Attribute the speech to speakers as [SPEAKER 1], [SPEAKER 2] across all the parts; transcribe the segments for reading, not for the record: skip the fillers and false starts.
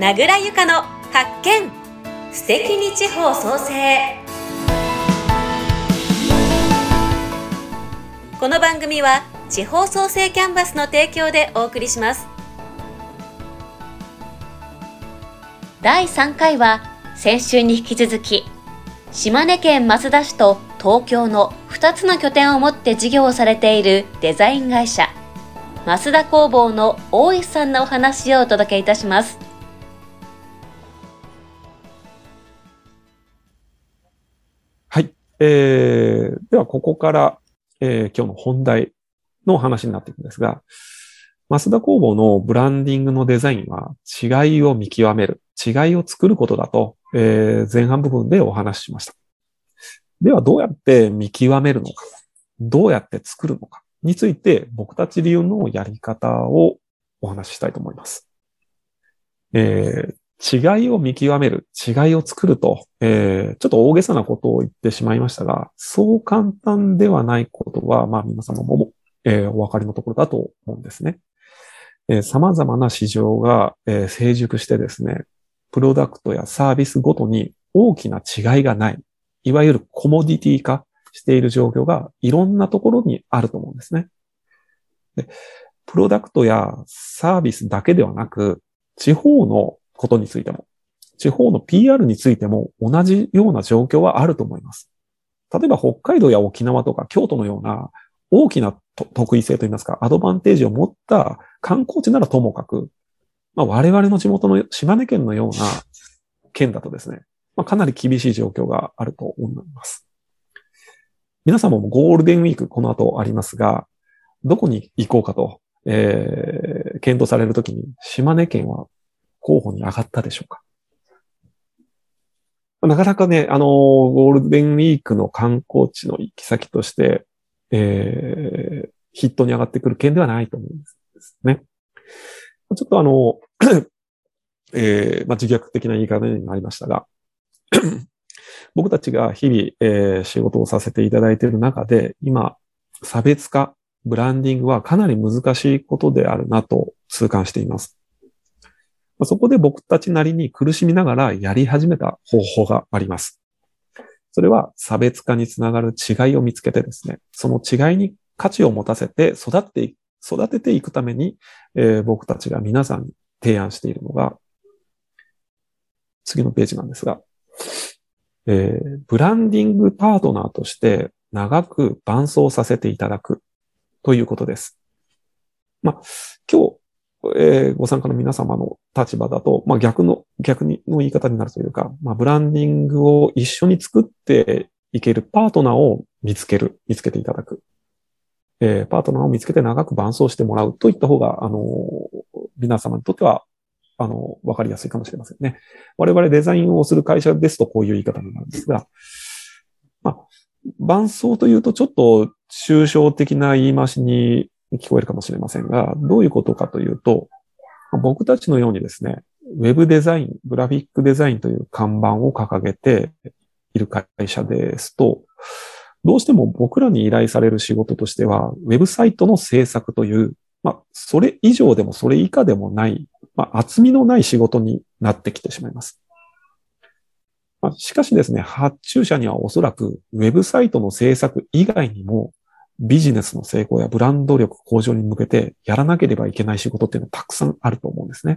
[SPEAKER 1] 名倉由香の発見。素敵に地方創生。この番組は地方創生キャンバスの提供でお送りします。第3回は先週に引き続き、島根県益田市と東京の2つの拠点を持って事業をされているデザイン会社益田工房の大石さんのお話をお届けいたします。
[SPEAKER 2] はい、ではここから、今日の本題の話になっていくんですが、益田工房のブランディングのデザインは違いを見極める、違いを作ることだと、前半部分でお話ししました。ではどうやって見極めるのか、どうやって作るのかについて僕たち流のやり方をお話ししたいと思います。違いを見極める、違いを作ると、ちょっと大げさなことを言ってしまいましたが、そう簡単ではないことは、皆様も、お分かりのところだと思うんですね。様々な市場が、成熟してですね、プロダクトやサービスごとに大きな違いがない、いわゆるコモディティ化している状況がいろんなところにあると思うんですね。で、プロダクトやサービスだけではなく、地方のことについても、地方の PR についても同じような状況はあると思います。例えば北海道や沖縄とか京都のような大きな得意性といいますか、アドバンテージを持った観光地ならともかく、我々の地元の島根県のような県だとですね、かなり厳しい状況があると思います。皆様もゴールデンウィークこの後ありますが、どこに行こうかと、検討されるときに島根県は候補に上がったでしょうか。なかなかね、ゴールデンウィークの観光地の行き先として、筆頭に上がってくる県ではないと思うんですね。ちょっと自虐的な言い方になりましたが、僕たちが日々、仕事をさせていただいている中で、今、差別化、ブランディングはかなり難しいことであるなと痛感しています。そこで僕たちなりに苦しみながらやり始めた方法があります。それは差別化につながる違いを見つけてですね、その違いに価値を持たせて育てていくために、僕たちが皆さんに提案しているのが、次のページなんですが、ブランディングパートナーとして長く伴走させていただくということです。今日、ご参加の皆様の立場だと、逆の言い方になるというか、ブランディングを一緒に作っていけるパートナーを見つけていただく。パートナーを見つけて長く伴走してもらうといった方が、皆様にとっては、わかりやすいかもしれませんね。我々デザインをする会社ですとこういう言い方になるんですが、伴走というとちょっと抽象的な言い回しに聞こえるかもしれませんが、どういうことかというと、僕たちのようにですね、ウェブデザイン、グラフィックデザインという看板を掲げている会社ですと、どうしても僕らに依頼される仕事としては、ウェブサイトの制作という、それ以上でもそれ以下でもない、厚みのない仕事になってきてしまいます。しかしですね、発注者にはおそらくウェブサイトの制作以外にも、ビジネスの成功やブランド力向上に向けてやらなければいけない仕事っていうのはたくさんあると思うんですね。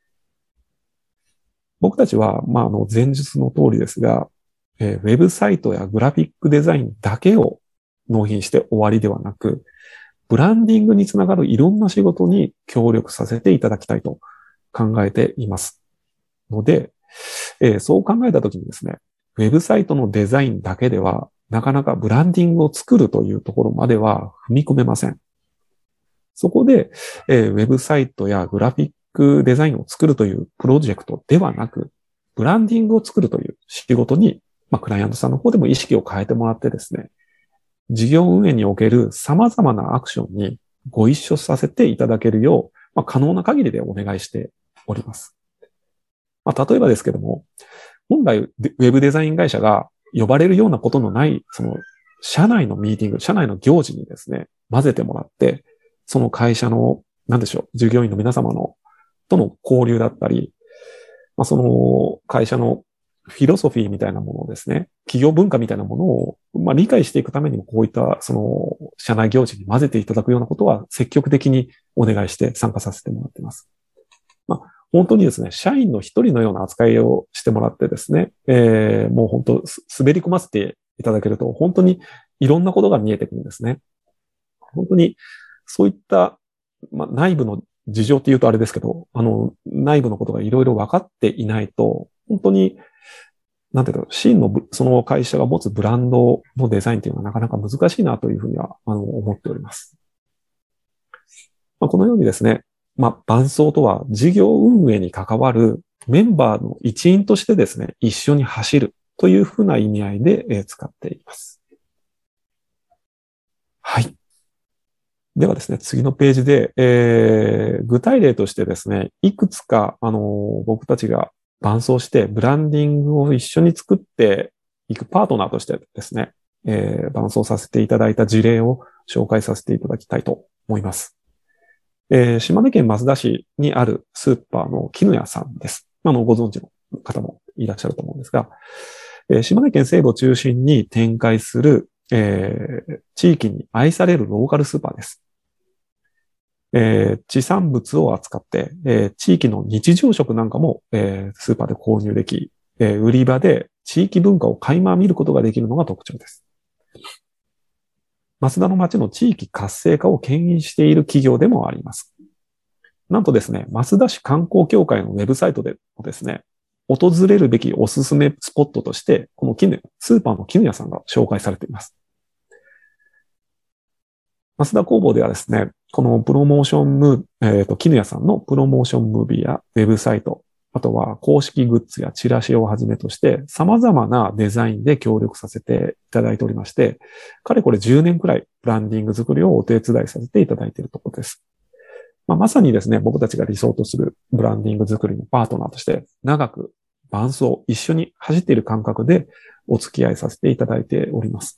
[SPEAKER 2] 僕たちは、前述の通りですが、ウェブサイトやグラフィックデザインだけを納品して終わりではなく、ブランディングにつながるいろんな仕事に協力させていただきたいと考えていますので、そう考えたときにですね、ウェブサイトのデザインだけではなかなかブランディングを作るというところまでは踏み込めません。そこで、ウェブサイトやグラフィックデザインを作るというプロジェクトではなく、ブランディングを作るという仕事に、クライアントさんの方でも意識を変えてもらってですね、事業運営における様々なアクションにご一緒させていただけるよう、可能な限りでお願いしております。例えばですけども、本来ウェブデザイン会社が呼ばれるようなことのない、社内のミーティング、社内の行事にですね、混ぜてもらって、その会社の、従業員の皆様との交流だったり、 その会社のフィロソフィーみたいなものをですね、企業文化みたいなものを、理解していくためにも、こういったその社内行事に混ぜていただくようなことは積極的にお願いして参加させてもらっています。本当にですね、社員の一人のような扱いをしてもらってですね、もう本当滑り込ませていただけると、本当にいろんなことが見えてくるんですね。本当にそういった、内部の事情って言うとあれですけど、内部のことがいろいろ分かっていないと、本当に、なんていうか、真のその会社が持つブランドのデザインっていうのはなかなか難しいなというふうには、思っております。このようにですね、伴走とは事業運営に関わるメンバーの一員としてですね、一緒に走るというふうな意味合いで使っています。はい。ではですね、次のページで、具体例としてですね、いくつか、僕たちが伴走してブランディングを一緒に作っていくパートナーとしてですね、伴走させていただいた事例を紹介させていただきたいと思います。島根県益田市にあるスーパーの絹屋さんです。ご存知の方もいらっしゃると思うんですが、島根県西部を中心に展開する、地域に愛されるローカルスーパーです。地産物を扱って、地域の日常食なんかも、スーパーで購入でき、売り場で地域文化を垣間見ることができるのが特徴です。益田の町の地域活性化を牽引している企業でもあります。なんとですね、益田市観光協会のウェブサイトでもですね、訪れるべきおすすめスポットとして、このスーパーの絹屋さんが紹介されています。益田工房ではですね、このプロモーション絹屋さんのプロモーションムービーやウェブサイト、あとは公式グッズやチラシをはじめとして、様々なデザインで協力させていただいておりまして、かれこれ10年くらいブランディング作りをお手伝いさせていただいているところです。まさにですね、僕たちが理想とするブランディング作りのパートナーとして、長く伴走、一緒に走っている感覚でお付き合いさせていただいております。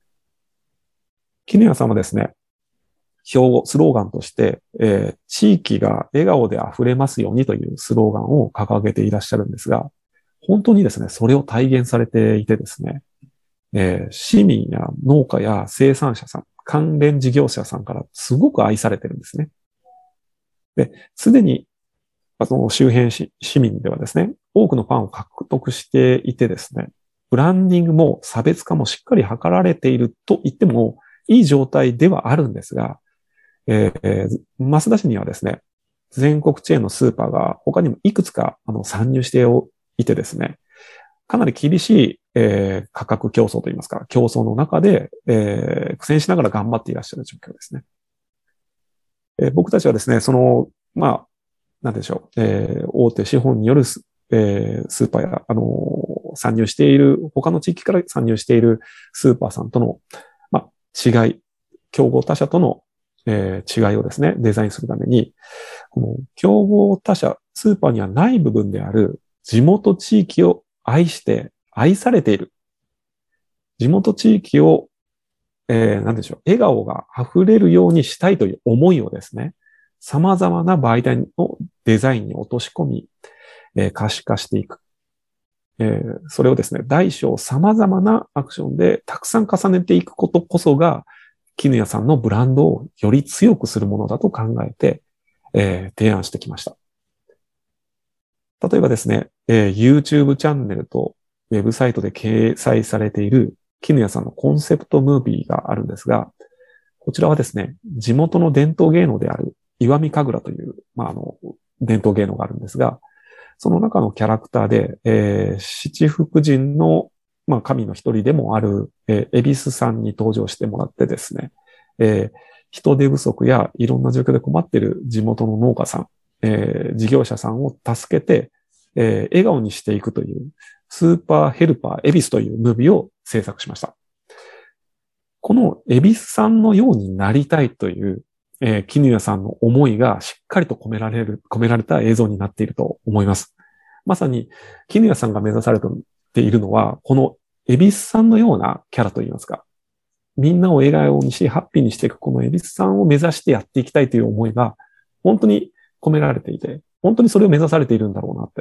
[SPEAKER 2] 絹屋さんはですね、スローガンとして、地域が笑顔で溢れますようにというスローガンを掲げていらっしゃるんですが、本当にですね、それを体現されていてですね、市民や農家や生産者さん、関連事業者さんからすごく愛されてるんですね。で、すでに、周辺市民ではですね、多くのファンを獲得していてですね、ブランディングも差別化もしっかり図られていると言ってもいい状態ではあるんですが、益田市にはですね、全国チェーンのスーパーが他にもいくつか参入していてですね、かなり厳しい、価格競争といいますか、競争の中で、苦戦しながら頑張っていらっしゃる状況ですね。僕たちはですね、なんでしょう、大手資本によるスーパーや、参入している、他の地域から参入しているスーパーさんとの、違い、競合他社との、違いをですね、デザインするために、この競合他社、スーパーにはない部分である地元地域を愛して愛されている。地元地域を、なんでしょう、笑顔が溢れるようにしたいという思いをですね、様々な媒体のデザインに落とし込み、可視化していく。それをですね、大小様々なアクションでたくさん重ねていくことこそが、絹屋さんのブランドをより強くするものだと考えて、提案してきました。例えばですね、YouTube チャンネルとウェブサイトで掲載されている絹屋さんのコンセプトムービーがあるんですが、こちらはですね、地元の伝統芸能である石見神楽という、伝統芸能があるんですが、その中のキャラクターで、七福神の神の一人でもある、恵比寿さんに登場してもらってですね、人手不足やいろんな状況で困っている地元の農家さん、事業者さんを助けて、笑顔にしていくというスーパーヘルパー恵比寿というムービーを制作しました。この恵比寿さんのようになりたいという、絹屋さんの思いがしっかりと込められた映像になっていると思います。まさに絹屋さんが目指されているのは、この恵比寿さんのようなキャラといいますか、みんなを笑顔にし、ハッピーにしていくこの恵比寿さんを目指してやっていきたいという思いが、本当に込められていて、本当にそれを目指されているんだろうなって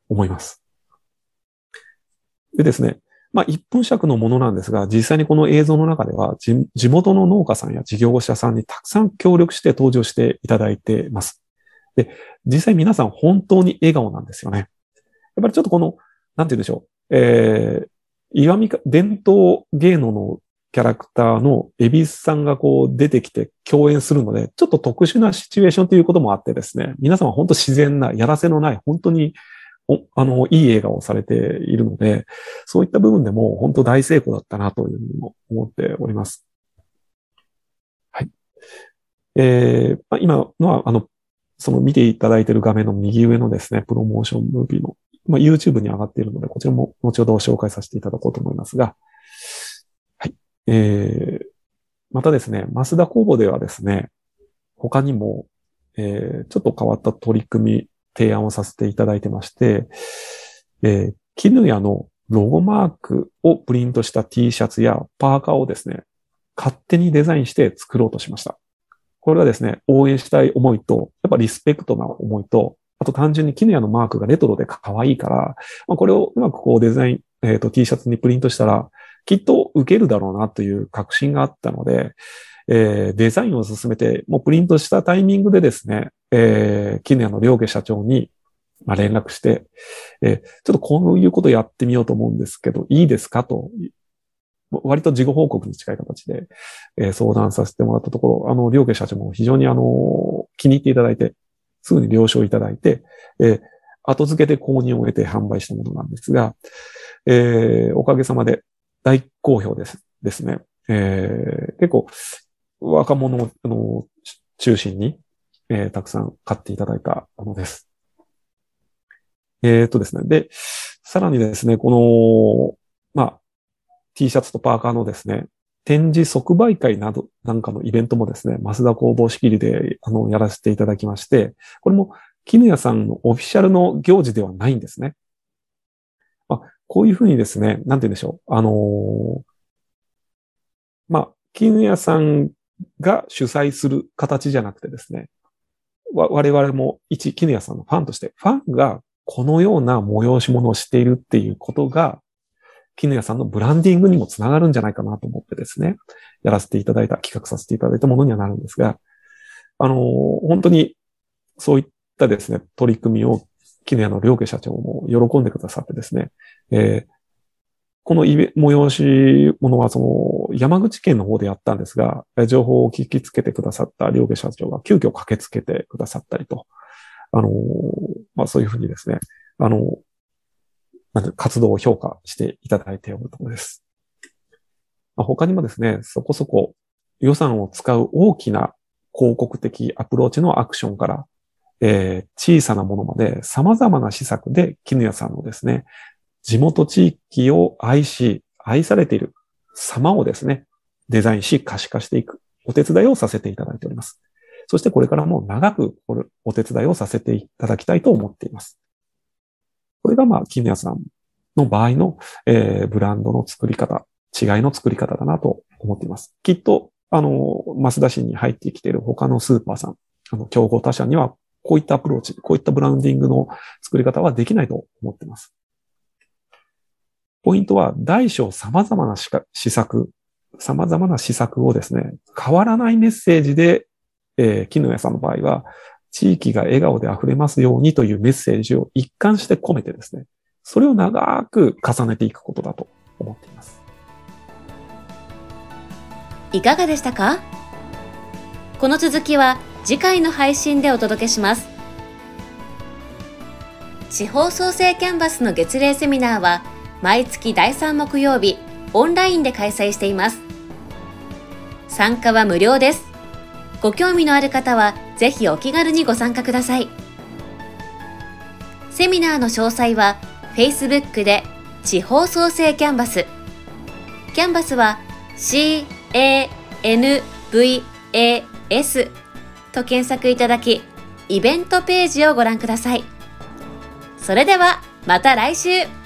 [SPEAKER 2] 思います。でですね、1分尺のものなんですが、実際にこの映像の中では、地元の農家さんや事業者さんにたくさん協力して登場していただいています。で、実際皆さん本当に笑顔なんですよね。やっぱりちょっとこの、なんて言うんでしょう。伝統芸能のキャラクターの恵比寿さんがこう出てきて共演するので、ちょっと特殊なシチュエーションということもあってですね、皆さんは本当自然な、やらせのない、本当にいい映画をされているので、そういった部分でも本当大成功だったなというふうにも思っております。はい。今のは、その見ていただいている画面の右上のですね、プロモーションムービーの、YouTube に上がっているので、こちらも後ほど紹介させていただこうと思いますが、はい。またですね、増田工房ではですね、他にも、ちょっと変わった取り組み、提案をさせていただいてまして、絹屋のロゴマークをプリントした T シャツやパーカーをですね、勝手にデザインして作ろうとしました。これはですね、応援したい思いと、やっぱリスペクトな思いと、あと単純に絹屋のマークがレトロで可愛いから、これをうまくこうデザイン、T シャツにプリントしたら、きっと受けるだろうなという確信があったので、デザインを進めて、もうプリントしたタイミングでですね、絹屋の両家社長に、連絡して、ちょっとこういうことやってみようと思うんですけど、いいですかと、割と事後報告に近い形で、相談させてもらったところ、両家社長も非常に気に入っていただいて、すぐに了承いただいて、後付けで購入を得て販売したものなんですが、おかげさまで大好評ですね。結構、若者を中心に、たくさん買っていただいたものです。ですね。で、さらにですね、この、T シャツとパーカーのですね、展示即売会なんかのイベントもですね、増田工房仕切りで、やらせていただきまして、これも、絹屋さんのオフィシャルの行事ではないんですね。こういうふうにですね、なんて言うんでしょう。絹屋さんが主催する形じゃなくてですね、我々も一絹屋さんのファンとして、ファンがこのような催し物をしているっていうことが、絹屋さんのブランディングにもつながるんじゃないかなと思ってですね、やらせていただいた、企画させていただいたものにはなるんですが、本当にそういったですね、取り組みを絹屋の両家社長も喜んでくださってですね、この催し物は山口県の方でやったんですが、情報を聞きつけてくださった両家社長が急遽駆けつけてくださったりと、そういうふうにですね、活動を評価していただいているところです。他にもですね、そこそこ予算を使う大きな広告的アプローチのアクションから、小さなものまで様々な施策で絹屋さんのですね、地元地域を愛されている様をですね、デザインし可視化していくお手伝いをさせていただいております。そしてこれからも長くお手伝いをさせていただきたいと思っています。これが絹屋さんの場合の、ブランドの作り方、違いの作り方だなと思っています。きっと、増田市に入ってきている他のスーパーさん、競合他社にはこういったアプローチ、こういったブランディングの作り方はできないと思っています。ポイントは大小様々な施策をですね、変わらないメッセージで、絹屋さんの場合は、地域が笑顔で溢れますようにというメッセージを一貫して込めてですね、それを長く重ねていくことだと思っています。
[SPEAKER 1] いかがでしたか？この続きは次回の配信でお届けします。地方創生キャンバスの月例セミナーは毎月第3木曜日オンラインで開催しています。参加は無料です。ご興味のある方はぜひお気軽にご参加ください。セミナーの詳細は Facebook で地方創生キャンバス。キャンバスは CANVAS と検索いただき、イベントページをご覧ください。それではまた来週。